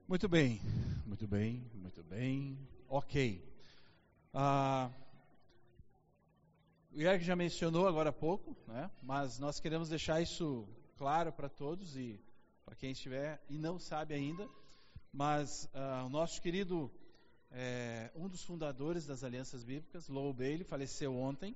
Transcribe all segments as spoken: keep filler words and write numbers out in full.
Muito bem, muito bem, muito bem. Ok. Ah, o Eric já mencionou agora há pouco, né? Mas nós queremos deixar isso claro para todos e para quem estiver e não sabe ainda. Mas ah, o nosso querido, é, um dos fundadores das Alianças Bíblicas, Lowell Bailey, faleceu ontem.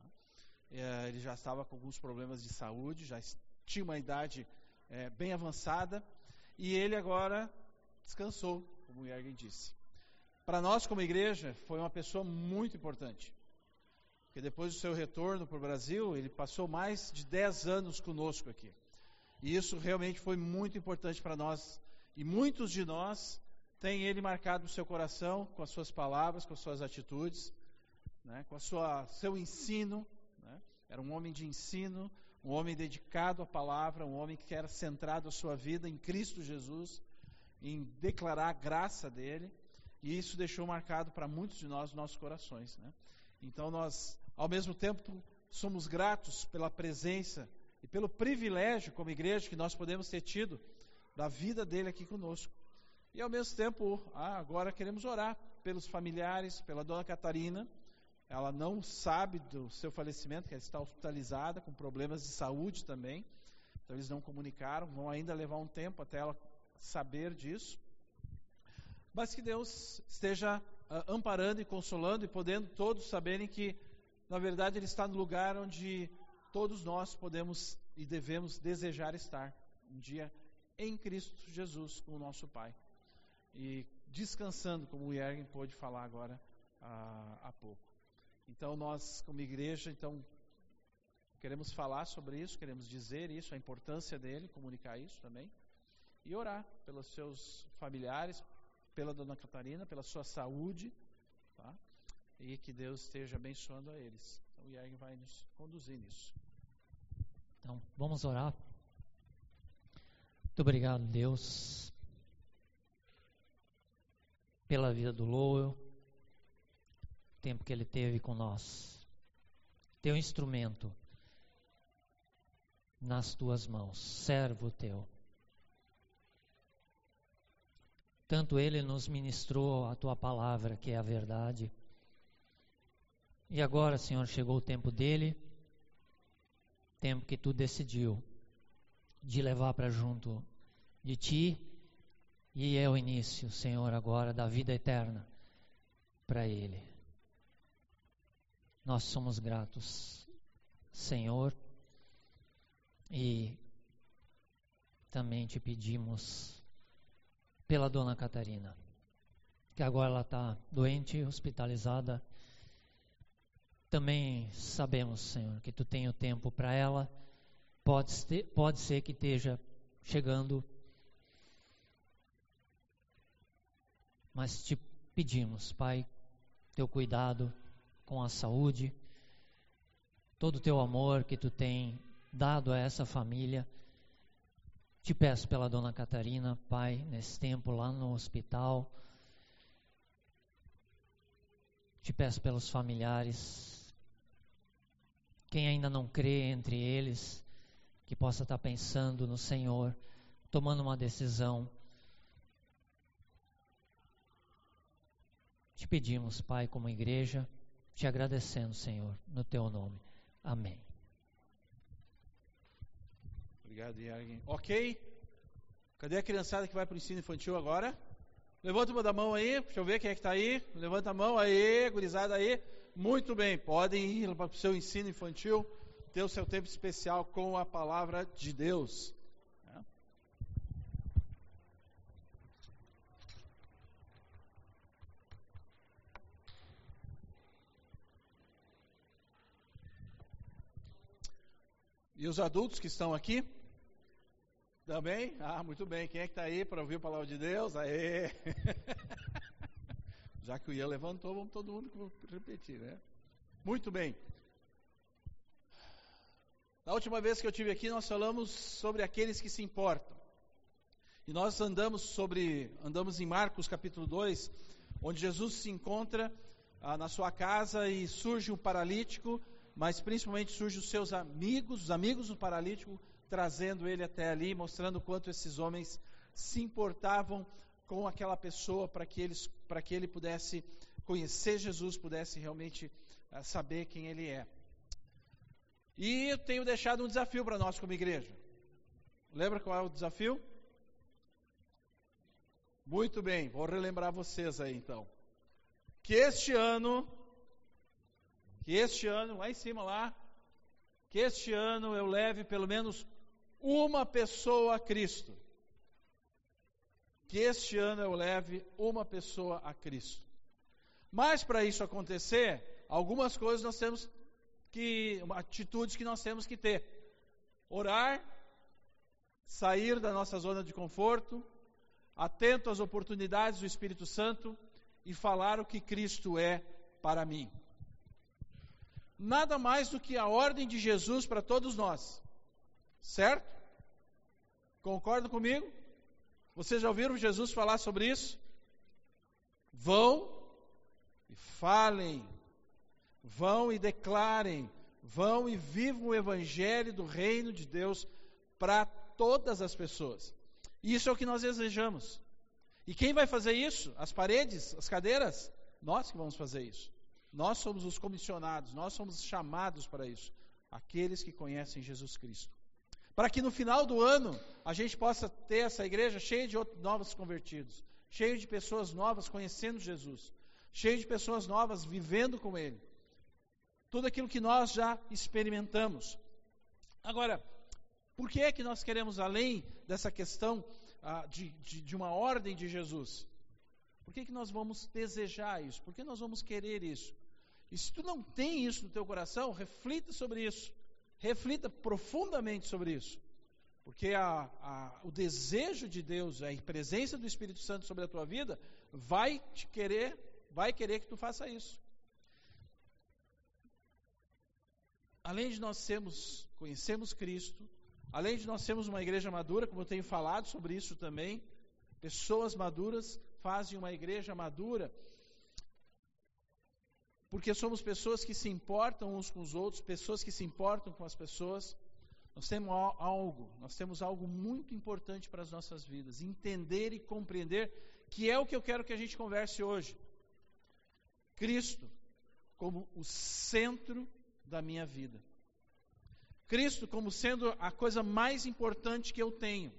É, ele já estava com alguns problemas de saúde, já tinha uma idade é, bem avançada e ele agora descansou, como o Jürgen disse. Para nós como igreja foi uma pessoa muito importante, porque depois do seu retorno para o Brasil, ele passou mais de dez anos conosco aqui, e isso realmente foi muito importante para nós, e muitos de nós têm ele marcado no seu coração, com as suas palavras, com as suas atitudes, né, com a sua, seu ensino, né? Era um homem de ensino, um homem dedicado à palavra, um homem que era centrado a sua vida em Cristo Jesus, em declarar a graça dele, e isso deixou marcado para muitos de nós os nossos corações, né? Então nós, ao mesmo tempo, somos gratos pela presença e pelo privilégio como igreja que nós podemos ter tido da vida dele aqui conosco. E ao mesmo tempo, ah, agora queremos orar pelos familiares, pela dona Catarina. Ela não sabe do seu falecimento, que ela está hospitalizada com problemas de saúde também, então eles não comunicaram, vão ainda levar um tempo até ela saber disso, mas que Deus esteja uh, amparando e consolando e podendo todos saberem que na verdade Ele está no lugar onde todos nós podemos e devemos desejar estar, um dia em Cristo Jesus com o nosso Pai, e descansando, como o Jürgen pôde falar agora uh, há pouco. Então nós como igreja, então queremos falar sobre isso, queremos dizer isso, a importância dele, comunicar isso também, e orar pelos seus familiares, pela dona Catarina, pela sua saúde, tá? E que Deus esteja abençoando a eles. Então o Jürgen vai nos conduzir nisso. Então, vamos orar. Muito obrigado, Deus, pela vida do Lowell, o tempo que ele teve com nós. Teu instrumento nas tuas mãos, servo teu. Tanto ele nos ministrou a tua palavra, que é a verdade. E agora, Senhor, chegou o tempo dele, tempo que tu decidiu de levar para junto de ti, e é o início, Senhor, agora da vida eterna para ele. Nós somos gratos, Senhor, e também te pedimos pela dona Catarina, que agora ela está doente, hospitalizada. Também sabemos, Senhor, que tu tem o tempo para ela, pode ser, pode ser que esteja chegando, mas te pedimos, Pai, teu cuidado com a saúde, todo o teu amor que tu tem dado a essa família. Te peço pela dona Catarina, Pai, nesse tempo lá no hospital. Te peço pelos familiares. Quem ainda não crê entre eles, que possa estar pensando no Senhor, tomando uma decisão. Te pedimos, Pai, como igreja, te agradecendo, Senhor, no teu nome. Amém. Obrigado, Jürgen. Ok. Cadê a criançada que vai para o ensino infantil agora? Levanta uma da mão aí, deixa eu ver quem é que está aí. Levanta a mão aí, gurizada aí. Muito bem, podem ir para o seu ensino infantil, ter o seu tempo especial com a palavra de Deus. E os adultos que estão aqui? Também? Ah, muito bem. Quem é que está aí para ouvir a palavra de Deus? Aê! Já que o Ian levantou, vamos todo mundo repetir, né? Muito bem. Na última vez que eu estive aqui, nós falamos sobre aqueles que se importam. E nós andamos sobre, andamos em Marcos capítulo dois, onde Jesus se encontra ah, na sua casa e surge um paralítico, mas principalmente surgem os seus amigos, os amigos do paralítico, trazendo ele até ali, mostrando o quanto esses homens se importavam com aquela pessoa para que, eles, para que ele pudesse conhecer Jesus, pudesse realmente uh, saber quem ele é. E eu tenho deixado um desafio para nós como igreja. Lembra qual é o desafio? Muito bem, vou relembrar vocês aí então. Que este ano, que este ano, lá em cima lá, que este ano eu leve pelo menos uma pessoa a Cristo. Que este ano eu leve uma pessoa a Cristo. Mas para isso acontecer, algumas coisas nós temos que, atitudes que nós temos que ter. Orar, sair da nossa zona de conforto, atento às oportunidades do Espírito Santo e falar o que Cristo é para mim. Nada mais do que a ordem de Jesus para todos nós. Certo? Concordam comigo? Vocês já ouviram Jesus falar sobre isso? Vão e falem, vão e declarem, vão e vivam o Evangelho do Reino de Deus para todas as pessoas. Isso é o que nós desejamos. E quem vai fazer isso? As paredes, as cadeiras? Nós que vamos fazer isso. Nós somos os comissionados, nós somos chamados para isso. Aqueles que conhecem Jesus Cristo. Para que no final do ano a gente possa ter essa igreja cheia de novos convertidos, cheia de pessoas novas conhecendo Jesus, cheia de pessoas novas vivendo com Ele. Tudo aquilo que nós já experimentamos. Agora, por que é que nós queremos, além dessa questão ah, de, de, de uma ordem de Jesus? Por que, que nós vamos desejar isso? Por que nós vamos querer isso? E se tu não tem isso no teu coração, reflita sobre isso. Reflita profundamente sobre isso. Porque a, a, o desejo de Deus, a presença do Espírito Santo sobre a tua vida, vai te querer, vai querer que tu faça isso. Além de nós sermos, conhecermos Cristo, além de nós sermos uma igreja madura, como eu tenho falado sobre isso também, pessoas maduras fazem uma igreja madura, porque somos pessoas que se importam uns com os outros, pessoas que se importam com as pessoas. Nós temos algo, nós temos algo muito importante para as nossas vidas, entender e compreender, que é o que eu quero que a gente converse hoje. Cristo como o centro da minha vida. Cristo como sendo a coisa mais importante que eu tenho.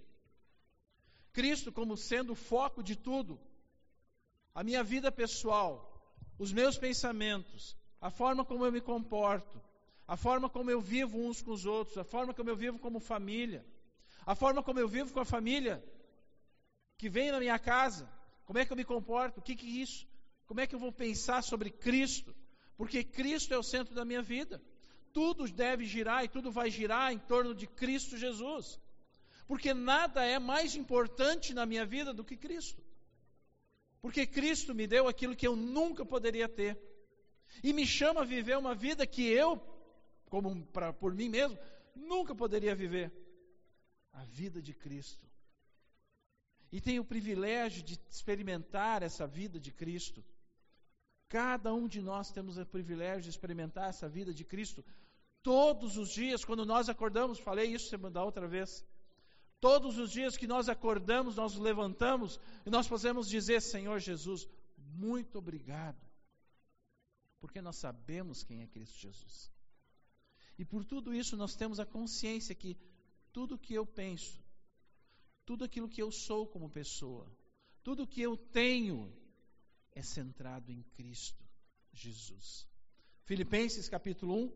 Cristo como sendo o foco de tudo. A minha vida pessoal, os meus pensamentos, a forma como eu me comporto, a forma como eu vivo uns com os outros, a forma como eu vivo como família, a forma como eu vivo com a família que vem na minha casa, como é que eu me comporto, o que que é isso? Como é que eu vou pensar sobre Cristo? Porque Cristo é o centro da minha vida. Tudo deve girar e tudo vai girar em torno de Cristo Jesus. Porque nada é mais importante na minha vida do que Cristo. Porque Cristo me deu aquilo que eu nunca poderia ter. E me chama a viver uma vida que eu, como pra, por mim mesmo, nunca poderia viver. A vida de Cristo. E tenho o privilégio de experimentar essa vida de Cristo. Cada um de nós temos o privilégio de experimentar essa vida de Cristo. Todos os dias, quando nós acordamos, falei isso da outra vez. Todos os dias que nós acordamos, nós nos levantamos e nós podemos dizer, Senhor Jesus, muito obrigado. Porque nós sabemos quem é Cristo Jesus. E por tudo isso nós temos a consciência que tudo que eu penso, tudo aquilo que eu sou como pessoa, tudo que eu tenho é centrado em Cristo Jesus. Filipenses capítulo um,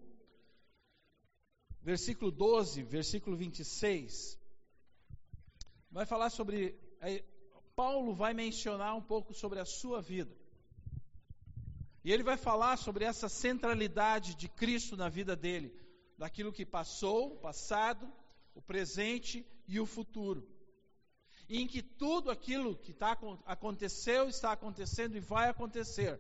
versículo doze, versículo vinte e seis. Vai falar sobre, Paulo vai mencionar um pouco sobre a sua vida. E ele vai falar sobre essa centralidade de Cristo na vida dele, daquilo que passou, o passado, o presente e o futuro. E em que tudo aquilo que tá, aconteceu, está acontecendo e vai acontecer,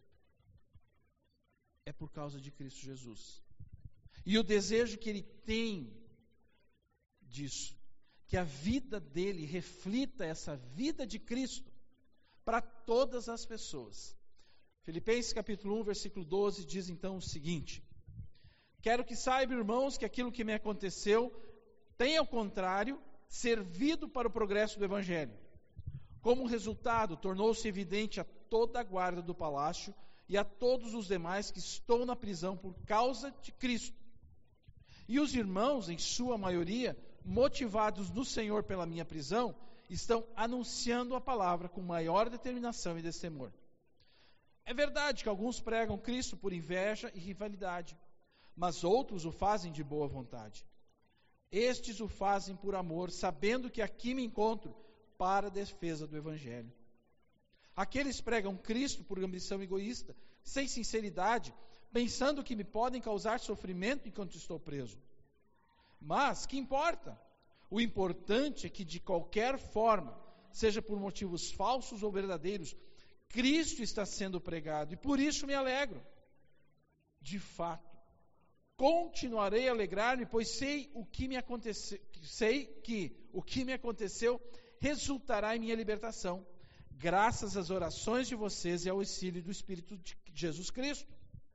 é por causa de Cristo Jesus. E o desejo que ele tem disso, que a vida dele reflita essa vida de Cristo para todas as pessoas. Filipenses capítulo um, versículo doze diz então o seguinte: quero que saibam, irmãos, que aquilo que me aconteceu tem, ao contrário, servido para o progresso do Evangelho, Como resultado, tornou-se evidente a toda a guarda do palácio e a todos os demais que estão na prisão por causa de Cristo. E os irmãos, em sua maioria, motivados no Senhor pela minha prisão, estão anunciando a palavra com maior determinação e destemor. É verdade que alguns pregam Cristo por inveja e rivalidade, mas outros o fazem de boa vontade. Estes o fazem por amor, sabendo que aqui me encontro para a defesa do Evangelho. Aqueles pregam Cristo por ambição egoísta, sem sinceridade, pensando que me podem causar sofrimento enquanto estou preso. Mas, que importa? O importante é que, de qualquer forma, seja por motivos falsos ou verdadeiros, Cristo está sendo pregado, e por isso me alegro. De fato, continuarei a alegrar-me, pois sei o que me aconteceu, sei que o que me aconteceu resultará em minha libertação, graças às orações de vocês e ao auxílio do Espírito de Jesus Cristo.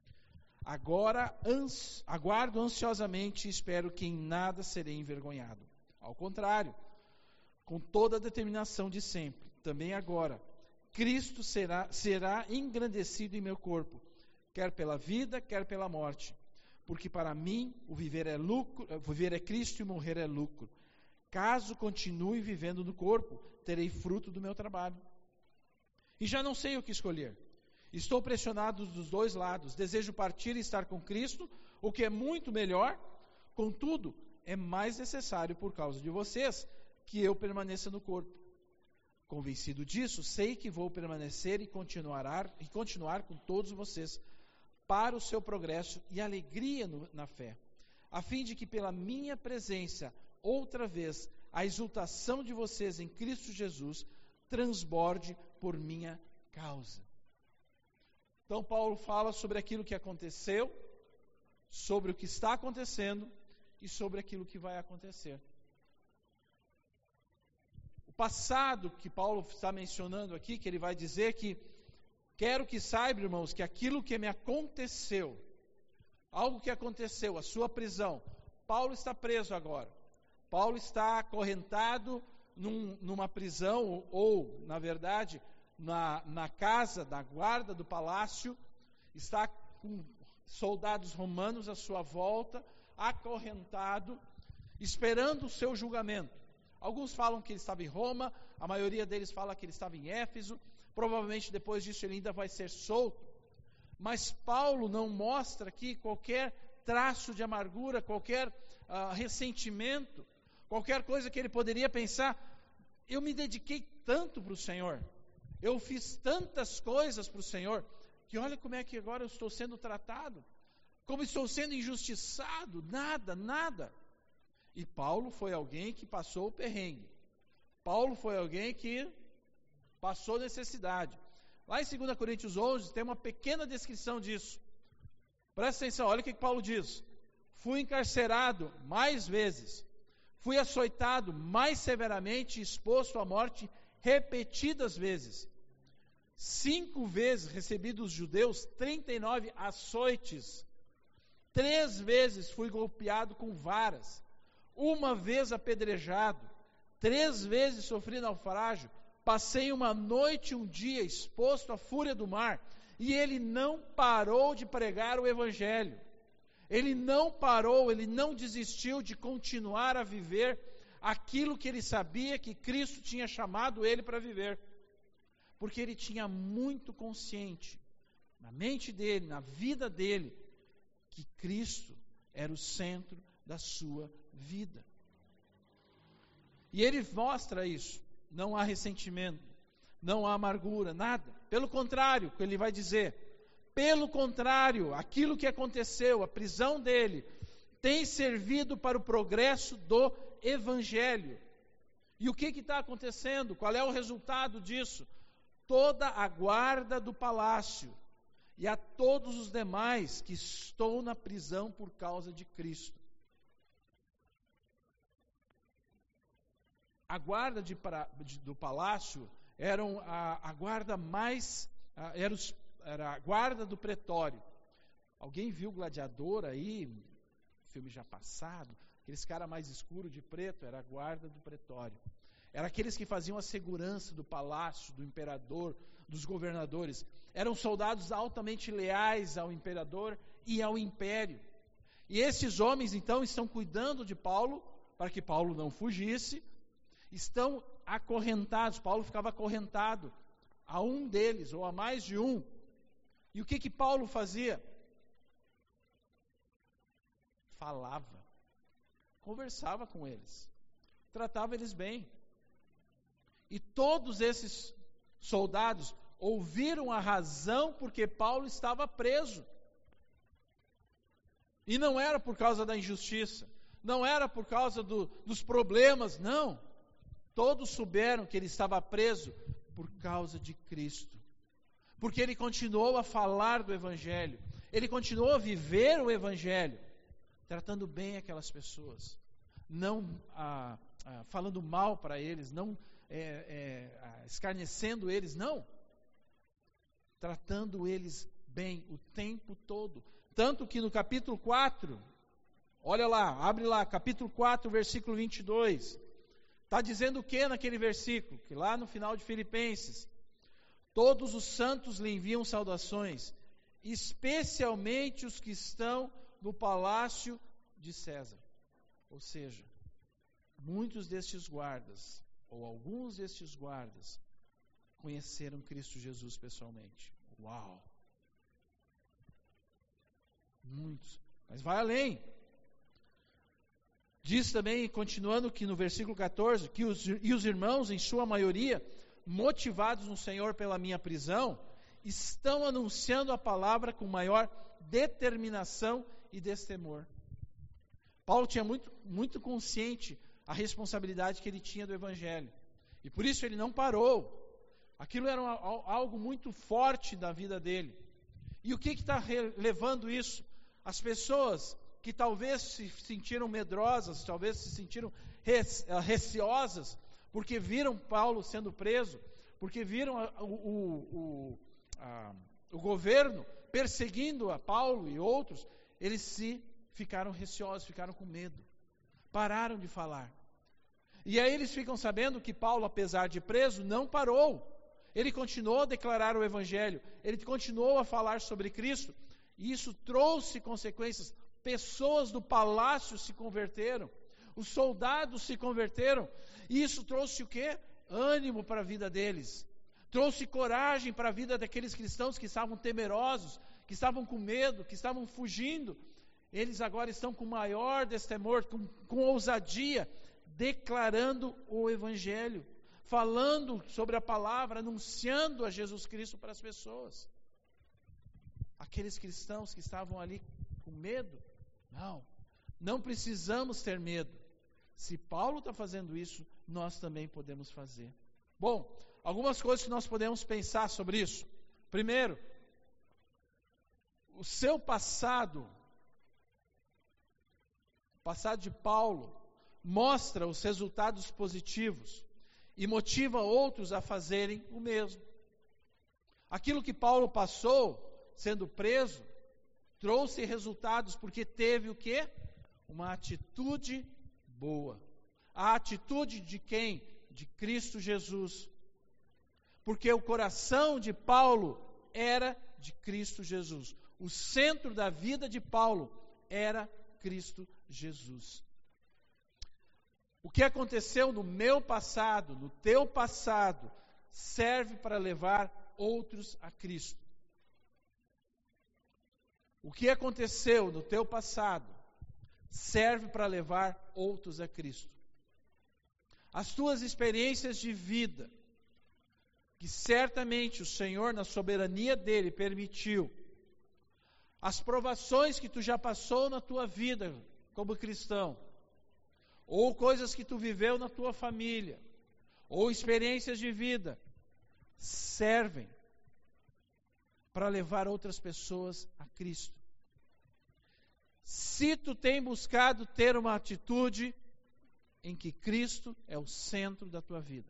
Agora ans, aguardo ansiosamente e espero que em nada serei envergonhado. Ao contrário, com toda a determinação de sempre, também agora, Cristo será, será engrandecido em meu corpo, quer pela vida, quer pela morte. Porque para mim o viver é lucro, viver é Cristo e morrer é lucro. Caso continue vivendo no corpo, terei fruto do meu trabalho. E já não sei o que escolher. Estou pressionado dos dois lados. Desejo partir e estar com Cristo, o que é muito melhor. Contudo, é mais necessário por causa de vocês que eu permaneça no corpo. Convencido disso, sei que vou permanecer e continuar, e continuar com todos vocês para o seu progresso e alegria no, na fé, a fim de que pela minha presença, outra vez, a exultação de vocês em Cristo Jesus transborde por minha causa. Então Paulo fala sobre aquilo que aconteceu, sobre o que está acontecendo e sobre aquilo que vai acontecer. O passado que Paulo está mencionando aqui, que ele vai dizer que quero que saiba, irmãos, que aquilo que me aconteceu, algo que aconteceu, a sua prisão, Paulo está preso agora. Paulo está acorrentado num, numa prisão, ou, na verdade, na, na casa da guarda do palácio, está com soldados romanos à sua volta, acorrentado, esperando o seu julgamento. Alguns falam que ele estava em Roma, a maioria deles fala que ele estava em Éfeso, provavelmente depois disso ele ainda vai ser solto. Mas Paulo não mostra aqui qualquer traço de amargura, qualquer uh, ressentimento, qualquer coisa que ele poderia pensar, eu me dediquei tanto para o Senhor, eu fiz tantas coisas para o Senhor, que olha como é que agora eu estou sendo tratado, como estou sendo injustiçado, nada, nada. E Paulo foi alguém que passou o perrengue. Paulo foi alguém que passou necessidade. Lá em dois Coríntios onze tem uma pequena descrição disso. Presta atenção, olha o que Paulo diz. Fui encarcerado mais vezes. Fui açoitado mais severamente e exposto à morte repetidas vezes. Cinco vezes recebi dos judeus trinta e nove açoites. Três vezes fui golpeado com varas. Uma vez apedrejado, três vezes sofri naufrágio, passei uma noite e um dia exposto à fúria do mar, e ele não parou de pregar o Evangelho. Ele não parou, ele não desistiu de continuar a viver aquilo que ele sabia que Cristo tinha chamado ele para viver. Porque ele tinha muito consciente, na mente dele, na vida dele, que Cristo era o centro da sua vida. E ele mostra isso. Não há ressentimento, não há amargura, nada. Pelo contrário, o que ele vai dizer, pelo contrário, aquilo que aconteceu, a prisão dele, tem servido para o progresso do Evangelho. E o que está acontecendo? Qual é o resultado disso? Toda a guarda do palácio e a todos os demais que estão na prisão por causa de Cristo. A guarda de, de, do palácio era a, a guarda mais, a, era, os, era a guarda do pretório. Alguém viu Gladiador aí, filme já passado? Aqueles cara mais escuro de preto, era a guarda do pretório. Eram aqueles que faziam a segurança do palácio, do imperador, dos governadores. Eram soldados altamente leais ao imperador e ao império. E esses homens, então, estão cuidando de Paulo, para que Paulo não fugisse. Estão acorrentados. Paulo ficava acorrentado a um deles, ou a mais de um. E o que que Paulo fazia? Falava. Conversava com eles. Tratava eles bem. E todos esses soldados ouviram a razão porque Paulo estava preso. E não era por causa da injustiça, não era por causa do, dos problemas, não. Todos souberam que ele estava preso por causa de Cristo. Porque ele continuou a falar do Evangelho, ele continuou a viver o Evangelho, tratando bem aquelas pessoas, não ah, ah, falando mal para eles, não é, é, escarnecendo eles, não. Tratando eles bem o tempo todo. Tanto que no capítulo quatro, olha lá, abre lá, capítulo quatro, versículo vinte e dois. Está dizendo o que naquele versículo? Que lá no final de Filipenses, todos os santos lhe enviam saudações, especialmente os que estão no palácio de César. Ou seja, muitos destes guardas, ou alguns destes guardas, conheceram Cristo Jesus pessoalmente. Uau! Muitos. Mas vai além. Diz também, continuando que no versículo catorze, que os, e os irmãos, em sua maioria, motivados no Senhor pela minha prisão, estão anunciando a palavra com maior determinação e destemor. Paulo tinha muito, muito consciente a responsabilidade que ele tinha do Evangelho. E por isso ele não parou. Aquilo era uma, algo muito forte da vida dele. E o que está levando isso? As pessoas que talvez se sentiram medrosas, talvez se sentiram receosas, porque viram Paulo sendo preso, porque viram o, o, o, a, o governo perseguindo a Paulo e outros, eles se ficaram receosos, ficaram com medo, pararam de falar. E aí eles ficam sabendo que Paulo, apesar de preso, não parou. Ele continuou a declarar o Evangelho, ele continuou a falar sobre Cristo, e isso trouxe consequências. Pessoas do palácio se converteram, os soldados se converteram, e isso trouxe o quê? Ânimo para a vida deles, trouxe coragem para a vida daqueles cristãos que estavam temerosos, que estavam com medo, que estavam fugindo. Eles agora estão com maior destemor, com, com ousadia, declarando o Evangelho, falando sobre a palavra, anunciando a Jesus Cristo para as pessoas. Aqueles cristãos que estavam ali com medo, não, não precisamos ter medo. Se Paulo está fazendo isso, nós também podemos fazer. Bom, algumas coisas que nós podemos pensar sobre isso. Primeiro, o seu passado, o passado de Paulo, mostra os resultados positivos e motiva outros a fazerem o mesmo. Aquilo que Paulo passou, sendo preso, trouxe resultados porque teve o quê? Uma atitude boa. A atitude de quem? De Cristo Jesus. Porque o coração de Paulo era de Cristo Jesus. O centro da vida de Paulo era Cristo Jesus. O que aconteceu no meu passado, no teu passado, serve para levar outros a Cristo. O que aconteceu no teu passado serve para levar outros a Cristo. As tuas experiências de vida, que certamente o Senhor, na soberania dele, permitiu, as provações que tu já passou na tua vida como cristão, ou coisas que tu viveu na tua família, ou experiências de vida, servem para levar outras pessoas a Cristo. Se tu tem buscado ter uma atitude em que Cristo é o centro da tua vida.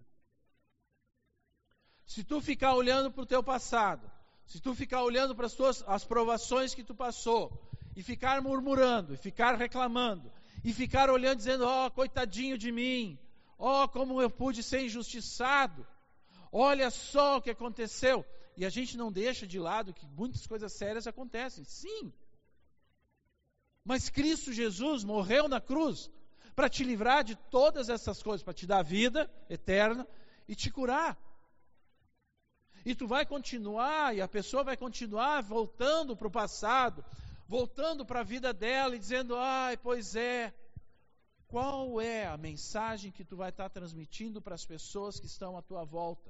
Se tu ficar olhando para o teu passado, se tu ficar olhando para as tuas as provações que tu passou, e ficar murmurando, e ficar reclamando, e ficar olhando dizendo, ó, oh, coitadinho de mim, Oh, como eu pude ser injustiçado. Olha só o que aconteceu. E a gente não deixa de lado que muitas coisas sérias acontecem. Sim. Mas Cristo Jesus morreu na cruz para te livrar de todas essas coisas, para te dar vida eterna e te curar. E tu vai continuar, e a pessoa vai continuar voltando para o passado, voltando para a vida dela e dizendo, ai, pois é. Qual é a mensagem que tu vai estar transmitindo para as pessoas que estão à tua volta?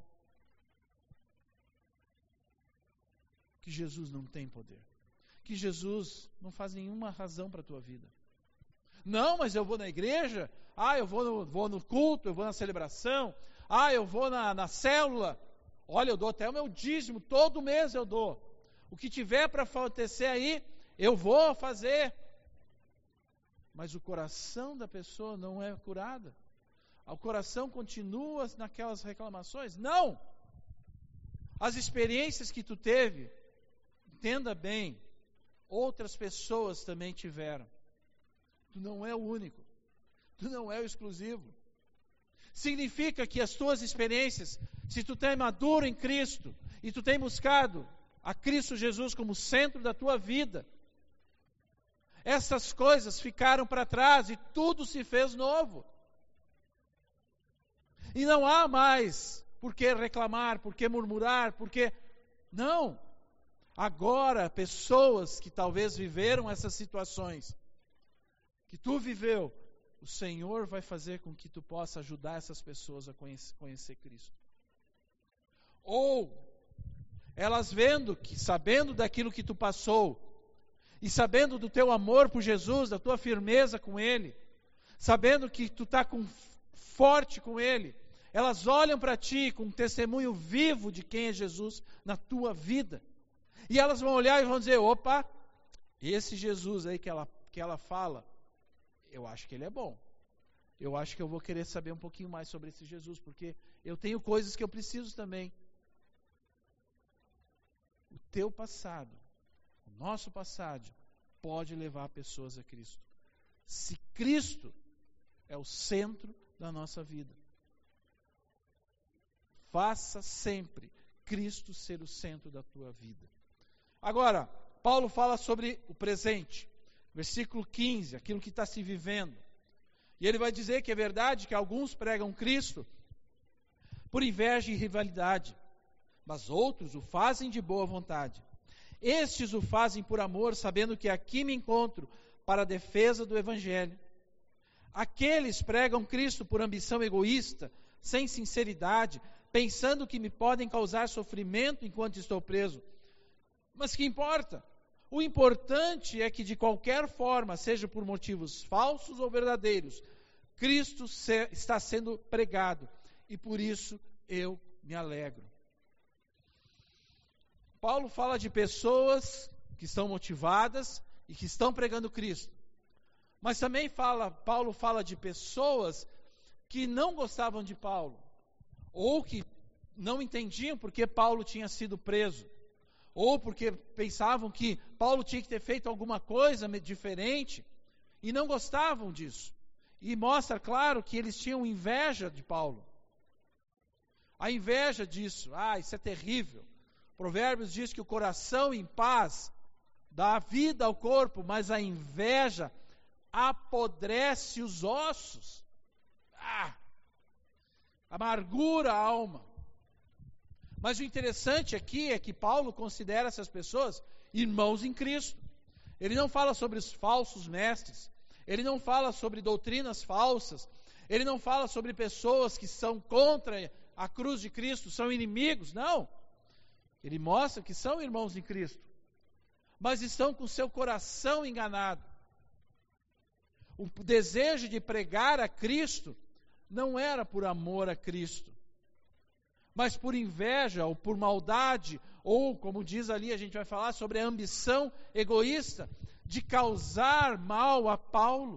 Que Jesus não tem poder. Que Jesus não faz nenhuma razão para a tua vida. Não, mas eu vou na igreja, ah, eu vou no, vou no culto, eu vou na celebração, ah, eu vou na, na célula, olha, eu dou até o meu dízimo, todo mês eu dou. O que tiver para acontecer aí, eu vou fazer. Mas o coração da pessoa não é curado. O coração continua naquelas reclamações. Não! As experiências que tu teve, entenda bem, outras pessoas também tiveram. Tu não é o único. Tu não é o exclusivo. Significa que as tuas experiências, se tu tem maduro em Cristo, e tu tem buscado a Cristo Jesus como centro da tua vida, essas coisas ficaram para trás e tudo se fez novo. E não há mais por que reclamar, por que murmurar, por que... Não. Agora, pessoas que talvez viveram essas situações, que tu viveu, o Senhor vai fazer com que tu possa ajudar essas pessoas a conhecer, conhecer Cristo. Ou, elas vendo, que, sabendo daquilo que tu passou, e sabendo do teu amor por Jesus, da tua firmeza com Ele, sabendo que tu está forte com Ele, elas olham para ti com um testemunho vivo de quem é Jesus na tua vida. E elas vão olhar e vão dizer, opa, esse Jesus aí que ela, que ela fala, eu acho que ele é bom. Eu acho que eu vou querer saber um pouquinho mais sobre esse Jesus, porque eu tenho coisas que eu preciso também. O teu passado, o nosso passado, pode levar pessoas a Cristo. Se Cristo é o centro da nossa vida, faça sempre Cristo ser o centro da tua vida. Agora, Paulo fala sobre o presente. Versículo quinze, aquilo que está se vivendo. E ele vai dizer que é verdade que alguns pregam Cristo por inveja e rivalidade, mas outros o fazem de boa vontade. Estes o fazem por amor, sabendo que aqui me encontro para a defesa do Evangelho. Aqueles pregam Cristo por ambição egoísta, sem sinceridade, pensando que me podem causar sofrimento enquanto estou preso. Mas que importa? O importante é que de qualquer forma, seja por motivos falsos ou verdadeiros, Cristo se, está sendo pregado e por isso eu me alegro. Paulo fala de pessoas que estão motivadas e que estão pregando Cristo. Mas também fala, Paulo fala de pessoas que não gostavam de Paulo, ou que não entendiam porque Paulo tinha sido preso, ou porque pensavam que Paulo tinha que ter feito alguma coisa diferente, e não gostavam disso. E mostra, claro, que eles tinham inveja de Paulo. A inveja disso, ah, isso é terrível. Provérbios diz que o coração em paz dá vida ao corpo, mas a inveja apodrece os ossos. Ah, amargura a alma. Mas o interessante aqui é que Paulo considera essas pessoas irmãos em Cristo. Ele não fala sobre os falsos mestres, ele não fala sobre doutrinas falsas, ele não fala sobre pessoas que são contra a cruz de Cristo, são inimigos, não. Ele mostra que são irmãos em Cristo, mas estão com seu coração enganado. O desejo de pregar a Cristo não era por amor a Cristo, mas por inveja ou por maldade, ou como diz ali, a gente vai falar sobre a ambição egoísta de causar mal a Paulo.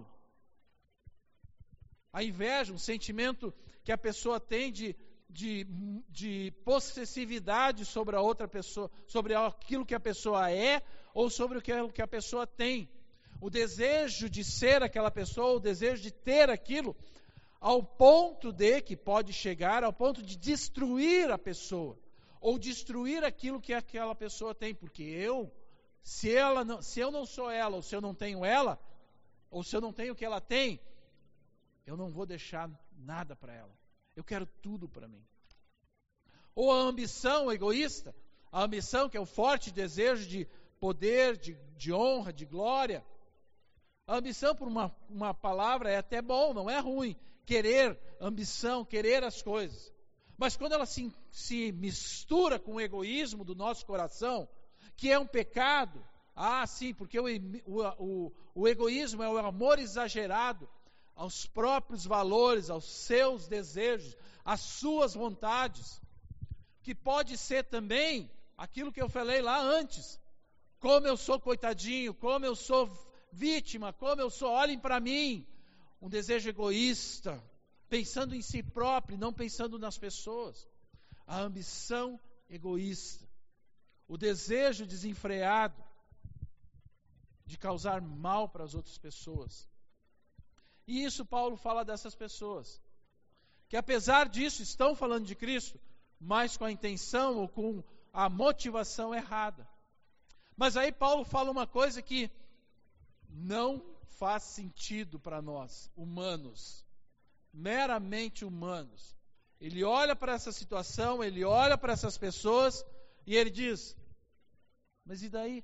A inveja, um sentimento que a pessoa tem de, de, de possessividade sobre a outra pessoa, sobre aquilo que a pessoa é, ou sobre o que a pessoa tem. O desejo de ser aquela pessoa, o desejo de ter aquilo, ao ponto de que pode chegar ao ponto de destruir a pessoa, ou destruir aquilo que aquela pessoa tem, porque eu, se, ela não, se eu não sou ela, ou se eu não tenho ela, ou se eu não tenho o que ela tem, eu não vou deixar nada para ela. Eu quero tudo para mim. Ou a ambição egoísta, a ambição que é o forte desejo de poder, de, de honra, de glória. A ambição, por uma, uma palavra, é até bom, não é ruim. Querer, ambição, querer as coisas. Mas quando ela se, se mistura com o egoísmo do nosso coração, que é um pecado, ah, sim, porque o, o, o egoísmo é o amor exagerado aos próprios valores, aos seus desejos, às suas vontades, que pode ser também aquilo que eu falei lá antes, como eu sou coitadinho, como eu sou vítima, como eu sou, olhem para mim, um desejo egoísta, pensando em si próprio, não pensando nas pessoas, a ambição egoísta, o desejo desenfreado de causar mal para as outras pessoas. E isso Paulo fala dessas pessoas, que apesar disso estão falando de Cristo, mas com a intenção ou com a motivação errada. Mas aí Paulo fala uma coisa que não faz sentido para nós, humanos, meramente humanos. Ele olha para essa situação, ele olha para essas pessoas e ele diz, mas e daí?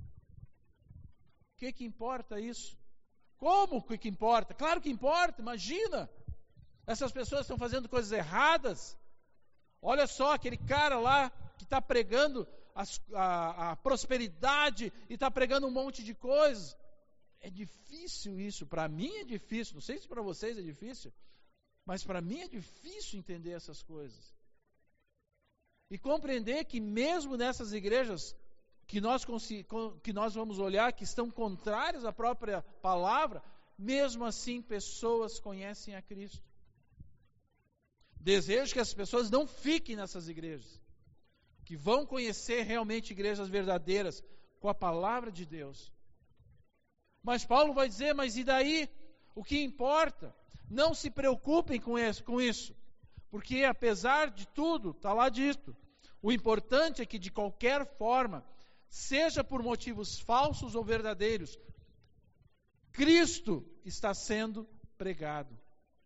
O que que importa isso? Como que, que importa? Claro que importa, imagina. Essas pessoas estão fazendo coisas erradas. Olha só, aquele cara lá que está pregando as, a, a prosperidade e está pregando um monte de coisas. É difícil isso, para mim é difícil, não sei se para vocês é difícil, mas para mim é difícil entender essas coisas. E compreender que mesmo nessas igrejas que nós, que nós vamos olhar, que estão contrárias à própria palavra, mesmo assim pessoas conhecem a Cristo. Desejo que as pessoas não fiquem nessas igrejas, que vão conhecer realmente igrejas verdadeiras, com a palavra de Deus. Mas Paulo vai dizer, mas e daí? O que importa? Não se preocupem com isso, com isso, porque apesar de tudo, está lá dito, o importante é que de qualquer forma, seja por motivos falsos ou verdadeiros, Cristo está sendo pregado.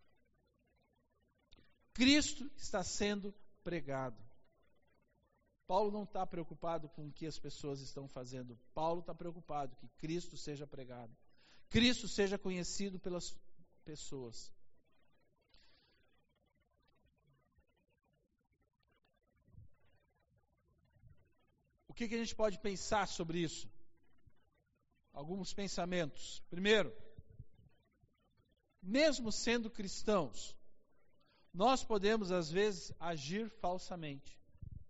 Cristo está sendo pregado. Paulo não está preocupado com o que as pessoas estão fazendo. Paulo está preocupado que Cristo seja pregado. Cristo seja conhecido pelas pessoas. O que, que a gente pode pensar sobre isso? Alguns pensamentos. Primeiro, mesmo sendo cristãos, nós podemos às vezes agir falsamente.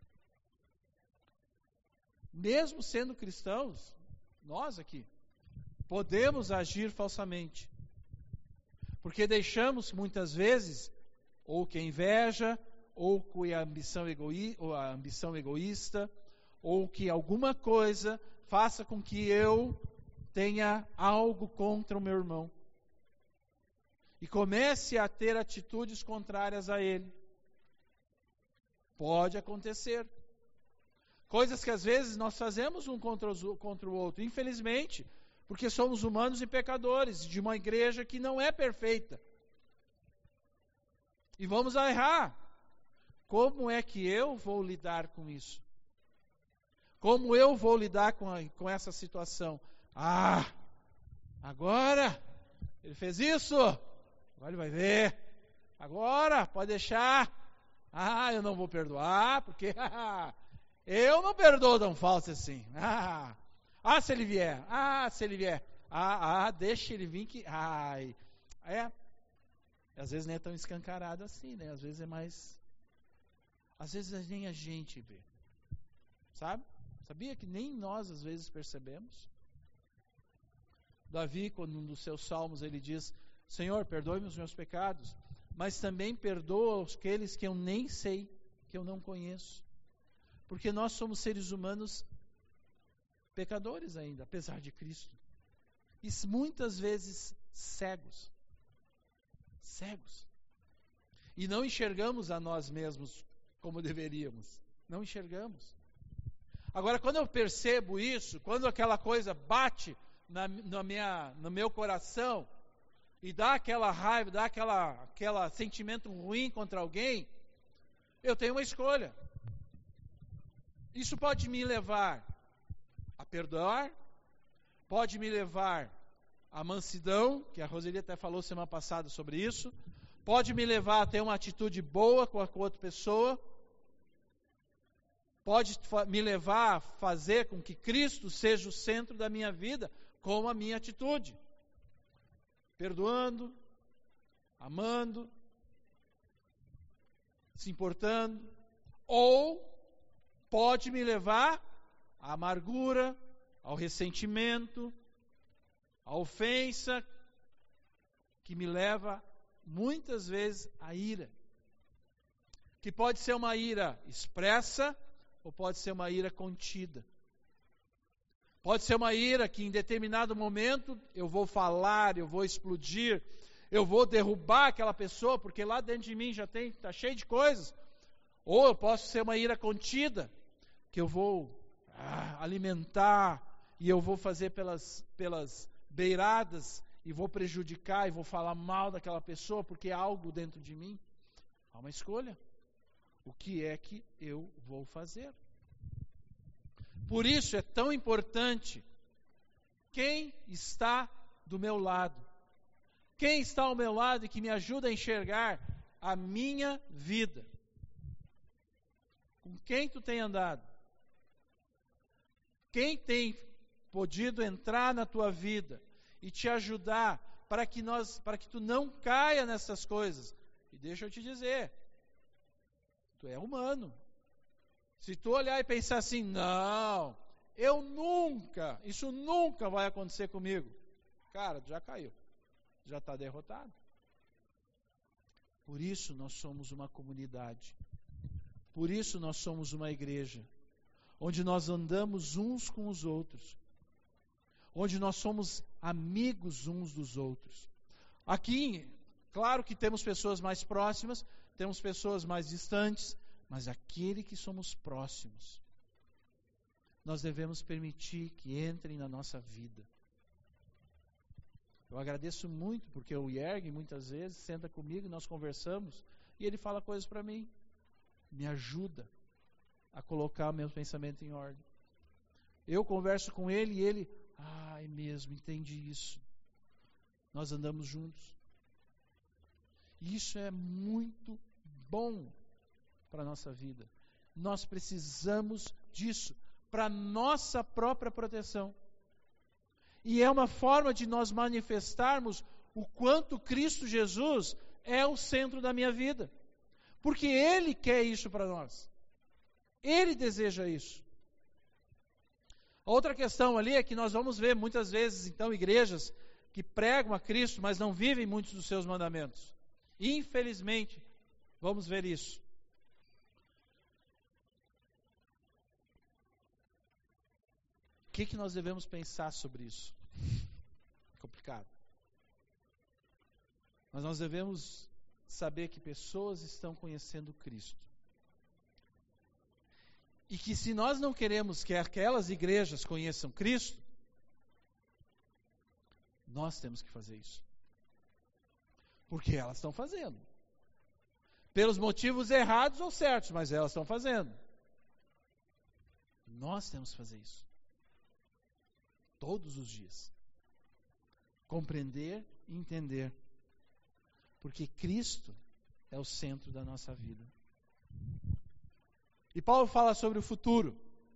Mesmo sendo cristãos, nós aqui, podemos agir falsamente. Porque deixamos muitas vezes, ou que a inveja, ou que a ambição, egoí, ou a ambição egoísta, ou que alguma coisa faça com que eu tenha algo contra o meu irmão. E comece a ter atitudes contrárias a ele. Pode acontecer. Coisas que às vezes nós fazemos um contra, os, contra o outro, infelizmente, porque somos humanos e pecadores, de uma igreja que não é perfeita. E vamos errar. Como é que eu vou lidar com isso? Como eu vou lidar com, a, com essa situação? Ah, agora ele fez isso, agora ele vai ver. Agora, pode deixar. Ah, eu não vou perdoar, porque... eu não perdoo tão falso assim. Ah, ah, se ele vier. Ah, se ele vier. Ah, ah, deixa ele vir que... Ai, é. Às vezes nem é tão escancarado assim, né? Às vezes é mais... Às vezes nem a gente vê. Sabe? Sabia que nem nós às vezes percebemos? Davi, quando um dos seus salmos, ele diz, Senhor, perdoe-me os meus pecados, mas também perdoa aqueles que eu nem sei, que eu não conheço. Porque nós somos seres humanos pecadores ainda, apesar de Cristo. E muitas vezes cegos. Cegos. E não enxergamos a nós mesmos como deveríamos. Não enxergamos. Agora, quando eu percebo isso, quando aquela coisa bate na, na minha, no meu coração e dá aquela raiva, dá aquela, aquela sentimento ruim contra alguém, eu tenho uma escolha. Isso pode me levar a perdoar, pode me levar à mansidão, que a Roseli até falou semana passada sobre isso, pode me levar a ter uma atitude boa com a com outra pessoa, pode me levar a fazer com que Cristo seja o centro da minha vida, com a minha atitude, perdoando, amando, se importando, ou pode me levar à amargura, ao ressentimento, à ofensa, que me leva muitas vezes à ira. Que pode ser uma ira expressa ou pode ser uma ira contida. Pode ser uma ira que em determinado momento eu vou falar, eu vou explodir, eu vou derrubar aquela pessoa, porque lá dentro de mim já tem, está cheio de coisas. Ou eu posso ser uma ira contida, que eu vou ah, alimentar e eu vou fazer pelas, pelas beiradas e vou prejudicar e vou falar mal daquela pessoa porque há algo dentro de mim. Há uma escolha. O que é que eu vou fazer? Por isso é tão importante quem está do meu lado. Quem está ao meu lado e que me ajuda a enxergar a minha vida. Com quem tu tem andado? Quem tem podido entrar na tua vida e te ajudar para que nós, para que tu não caia nessas coisas? E deixa eu te dizer, tu é humano. Se tu olhar e pensar assim, não, eu nunca, isso nunca vai acontecer comigo. Cara, já caiu, já está derrotado. Por isso nós somos uma comunidade. Por isso nós somos uma igreja, onde nós andamos uns com os outros, onde nós somos amigos uns dos outros. Aqui, claro que temos pessoas mais próximas, temos pessoas mais distantes, mas aquele que somos próximos, nós devemos permitir que entrem na nossa vida. Eu agradeço muito, porque o Yerg muitas vezes senta comigo e nós conversamos, e ele fala coisas para mim, me ajuda a colocar meu pensamento em ordem. Eu converso com ele e ele, ah, é mesmo, entendi isso. Nós andamos juntos. Isso é muito bom para a nossa vida. Nós precisamos disso para a nossa própria proteção. E é uma forma de nós manifestarmos o quanto Cristo Jesus é o centro da minha vida. Porque Ele quer isso para nós. Ele deseja isso. A outra questão ali é que nós vamos ver muitas vezes, então, igrejas que pregam a Cristo, mas não vivem muitos dos seus mandamentos. Infelizmente, vamos ver isso. O que, que nós devemos pensar sobre isso? Complicado. Mas nós devemos saber que pessoas estão conhecendo Cristo. E que se nós não queremos que aquelas igrejas conheçam Cristo, nós temos que fazer isso. Porque elas estão fazendo. Pelos motivos errados ou certos, mas elas estão fazendo. Nós temos que fazer isso. Todos os dias. Compreender e entender. Porque Cristo é o centro da nossa vida. E Paulo fala sobre o futuro.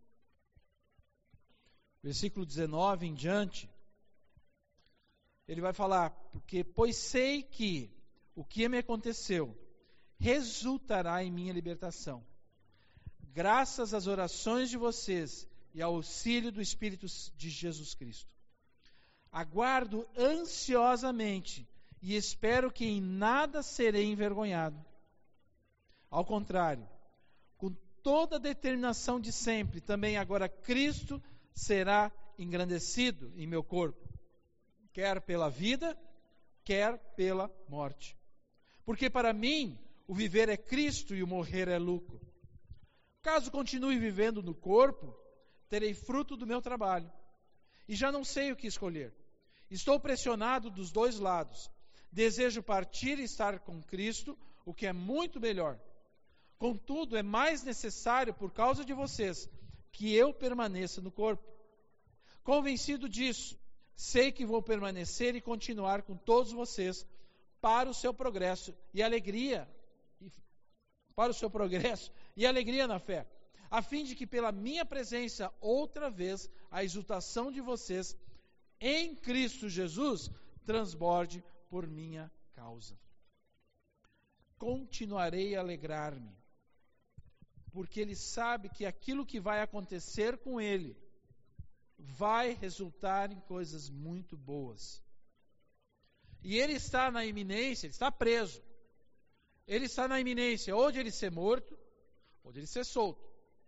Versículo dezenove em diante. Ele vai falar, porque pois sei que o que me aconteceu resultará em minha libertação, graças às orações de vocês e ao auxílio do Espírito de Jesus Cristo. Aguardo ansiosamente e espero que em nada serei envergonhado. Ao contrário, com toda a determinação de sempre, também agora Cristo será engrandecido em meu corpo, quer pela vida, quer pela morte. Porque para mim, O viver é Cristo e o morrer é lucro. Caso continue vivendo no corpo, terei fruto do meu trabalho. E já não sei o que escolher. Estou pressionado dos dois lados. Desejo partir e estar com Cristo, o que é muito melhor. Contudo, é mais necessário, por causa de vocês, que eu permaneça no corpo. Convencido disso, sei que vou permanecer e continuar com todos vocês para o seu progresso e alegria, para o seu progresso e alegria na fé, a fim de que pela minha presença outra vez a exultação de vocês em Cristo Jesus transborde por minha causa. Continuarei a alegrar-me, porque ele sabe que aquilo que vai acontecer com ele vai resultar em coisas muito boas. E ele está na iminência, ele está preso. Ele está na iminência ou de ele ser morto, ou de ele ser solto.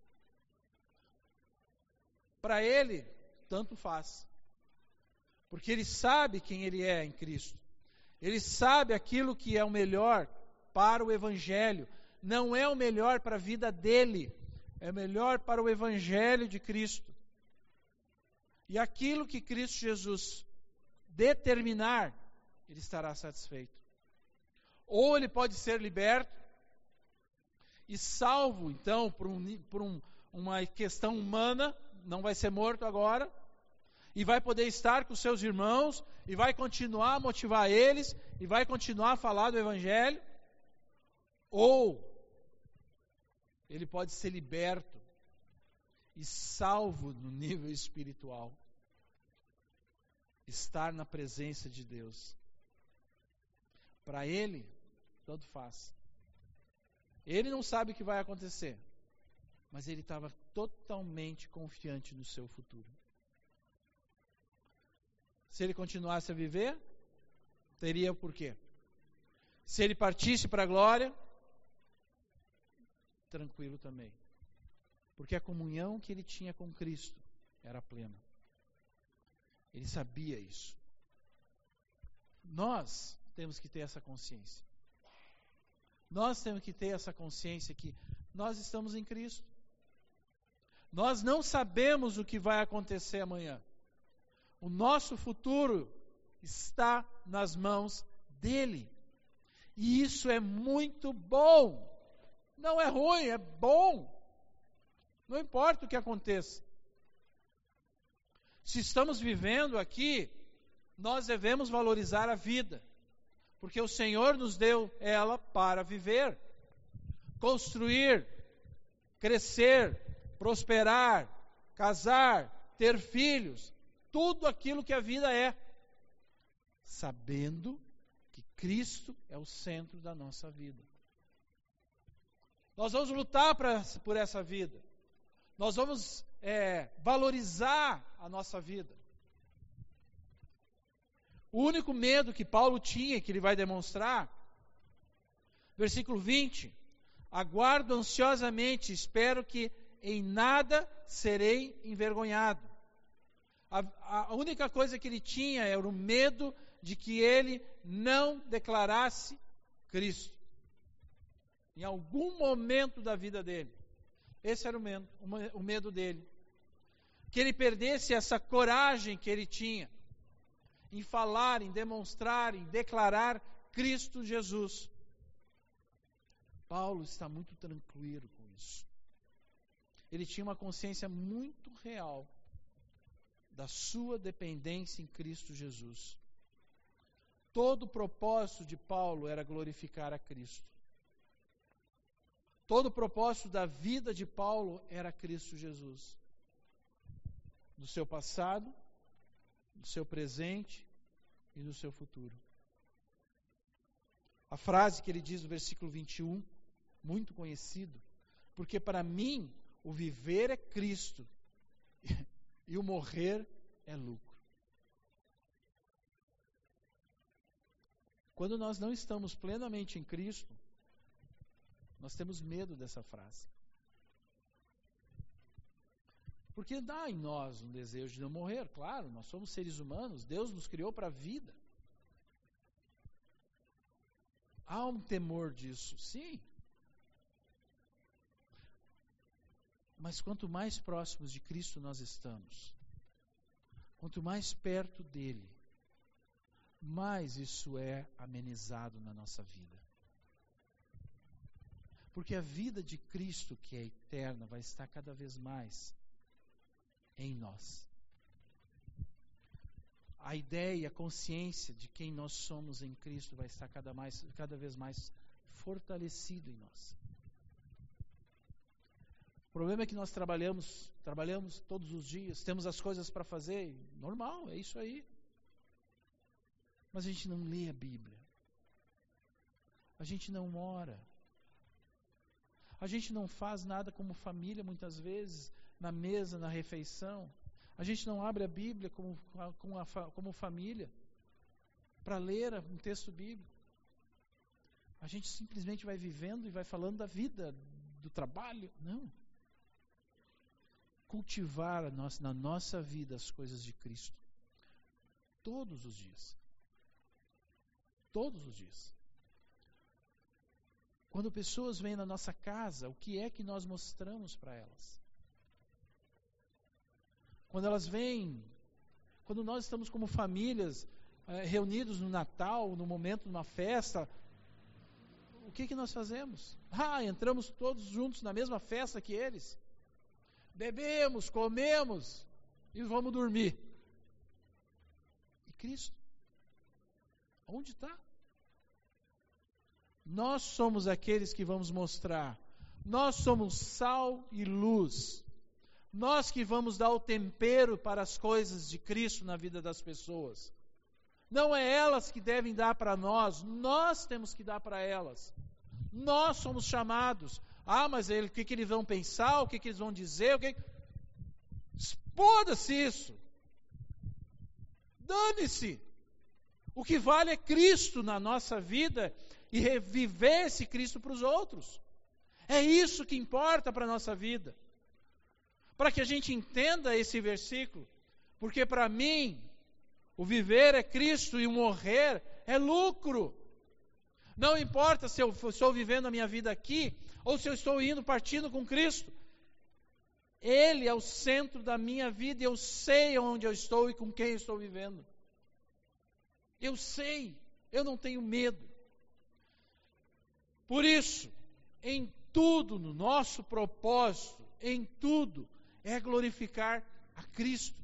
Para ele, tanto faz. Porque ele sabe quem ele é em Cristo. Ele sabe aquilo que é o melhor para o Evangelho. Não é o melhor para a vida dele, é o melhor para o Evangelho de Cristo. E aquilo que Cristo Jesus determinar, ele estará satisfeito. Ou ele pode ser liberto e salvo, então, por, um, por um, uma questão humana, não vai ser morto agora, e vai poder estar com seus irmãos, e vai continuar a motivar eles, e vai continuar a falar do Evangelho. Ou ele pode ser liberto e salvo no nível espiritual. Estar na presença de Deus. Para ele, tanto faz. Ele não sabe o que vai acontecer, mas ele estava totalmente confiante no seu futuro. Se ele continuasse a viver, teria o porquê. Se ele partisse para a glória, tranquilo também. Porque a comunhão que ele tinha com Cristo era plena. Ele sabia isso. Nós temos que ter essa consciência. Nós temos que ter essa consciência que nós estamos em Cristo. Nós não sabemos o que vai acontecer amanhã. O nosso futuro está nas mãos dele. E isso é muito bom. Não é ruim, é bom. Não importa o que aconteça. Se estamos vivendo aqui, nós devemos valorizar a vida. Porque o Senhor nos deu ela para viver. Construir, crescer, prosperar, casar, ter filhos. Tudo aquilo que a vida é. Sabendo que Cristo é o centro da nossa vida. Nós vamos lutar pra, por essa vida. Nós vamos é, valorizar a nossa vida. O único medo que Paulo tinha, que ele vai demonstrar, versículo vinte, aguardo ansiosamente, espero que em nada serei envergonhado. A, a única coisa que ele tinha era o medo de que ele não declarasse Cristo. Em algum momento da vida dele. Esse era o medo, o medo dele. Que ele perdesse essa coragem que ele tinha em falar, em demonstrar, em declarar Cristo Jesus. Paulo está muito tranquilo com isso. Ele tinha uma consciência muito real da sua dependência em Cristo Jesus. Todo o propósito de Paulo era glorificar a Cristo. Todo o propósito da vida de Paulo era Cristo Jesus. No seu passado, no seu presente e no seu futuro. A frase que ele diz no versículo vinte e um, muito conhecido, porque para mim o viver é Cristo e o morrer é lucro. Quando nós não estamos plenamente em Cristo, nós temos medo dessa frase. Porque dá em nós um desejo de não morrer, claro, nós somos seres humanos, Deus nos criou para a vida. Há um temor disso, sim. Mas quanto mais próximos de Cristo nós estamos, quanto mais perto dele, mais isso é amenizado na nossa vida. Porque a vida de Cristo, que é eterna, vai estar cada vez mais em nós. A ideia, a consciência de quem nós somos em Cristo vai estar cada, mais, cada vez mais fortalecido em nós. O problema é que nós trabalhamos, trabalhamos todos os dias, temos as coisas para fazer, normal, é isso aí. Mas a gente não lê a Bíblia. A gente não ora. A gente não faz nada como família, muitas vezes, na mesa, na refeição. A gente não abre a Bíblia como, como, a, como família para ler um texto bíblico. A gente simplesmente vai vivendo e vai falando da vida, do trabalho. Não. Cultivar a nossa, na nossa vida as coisas de Cristo. Todos os dias. Todos os dias. Quando pessoas vêm na nossa casa, o que é que nós mostramos para elas? Quando elas vêm, quando nós estamos como famílias eh, reunidos no Natal, no momento de uma festa, o que que nós fazemos? Ah, entramos todos juntos na mesma festa que eles. Bebemos, comemos e vamos dormir. E Cristo? Onde está? Nós somos aqueles que vamos mostrar. Nós somos sal e luz. Nós que vamos dar o tempero para as coisas de Cristo na vida das pessoas. Não é elas que devem dar para nós, nós temos que dar para elas. Nós somos chamados. Ah, mas ele, o que, que eles vão pensar, o que, que eles vão dizer, o que... Exploda-se isso. Dane-se. O que vale é Cristo na nossa vida e reviver esse Cristo para os outros. É isso que importa para a nossa vida. Para que a gente entenda esse versículo. Porque para mim, o viver é Cristo e o morrer é lucro. Não importa se eu estou vivendo a minha vida aqui ou se eu estou indo, partindo com Cristo. Ele é o centro da minha vida e eu sei onde eu estou e com quem eu estou vivendo. Eu sei, eu não tenho medo. Por isso, em tudo, no nosso propósito, em tudo, é glorificar a Cristo.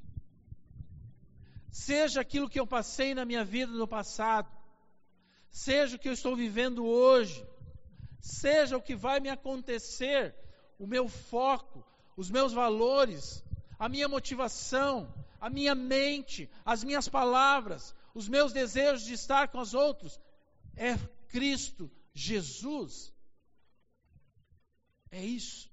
Seja aquilo que eu passei na minha vida no passado, seja o que eu estou vivendo hoje, seja o que vai me acontecer, o meu foco, os meus valores, a minha motivação, a minha mente, as minhas palavras, os meus desejos de estar com os outros, é Cristo Jesus. É isso.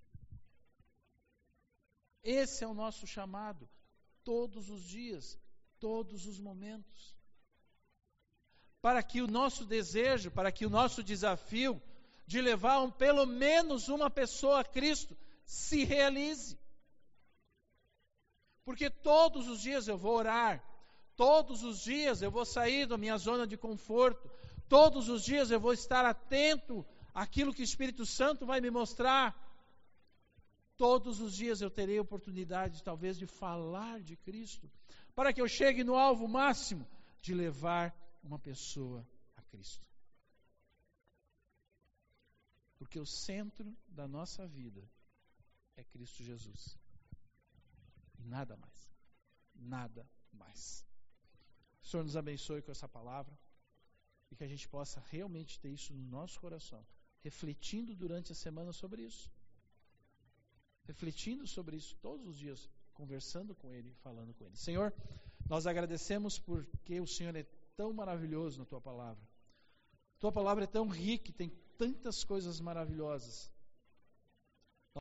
Esse é o nosso chamado, todos os dias, todos os momentos. Para que o nosso desejo, para que o nosso desafio de levar um, pelo menos uma pessoa a Cristo se realize. Porque todos os dias eu vou orar, todos os dias eu vou sair da minha zona de conforto, todos os dias eu vou estar atento àquilo que o Espírito Santo vai me mostrar. Todos os dias eu terei oportunidade, talvez, de falar de Cristo, para que eu chegue no alvo máximo de levar uma pessoa a Cristo. Porque o centro da nossa vida é Cristo Jesus. Nada mais. Nada mais. O Senhor nos abençoe com essa palavra e que a gente possa realmente ter isso no nosso coração, refletindo durante a semana sobre isso. Refletindo sobre isso todos os dias, conversando com Ele, falando com Ele. Senhor, nós agradecemos porque o Senhor é tão maravilhoso na Tua palavra. Tua palavra é tão rica e tem tantas coisas maravilhosas.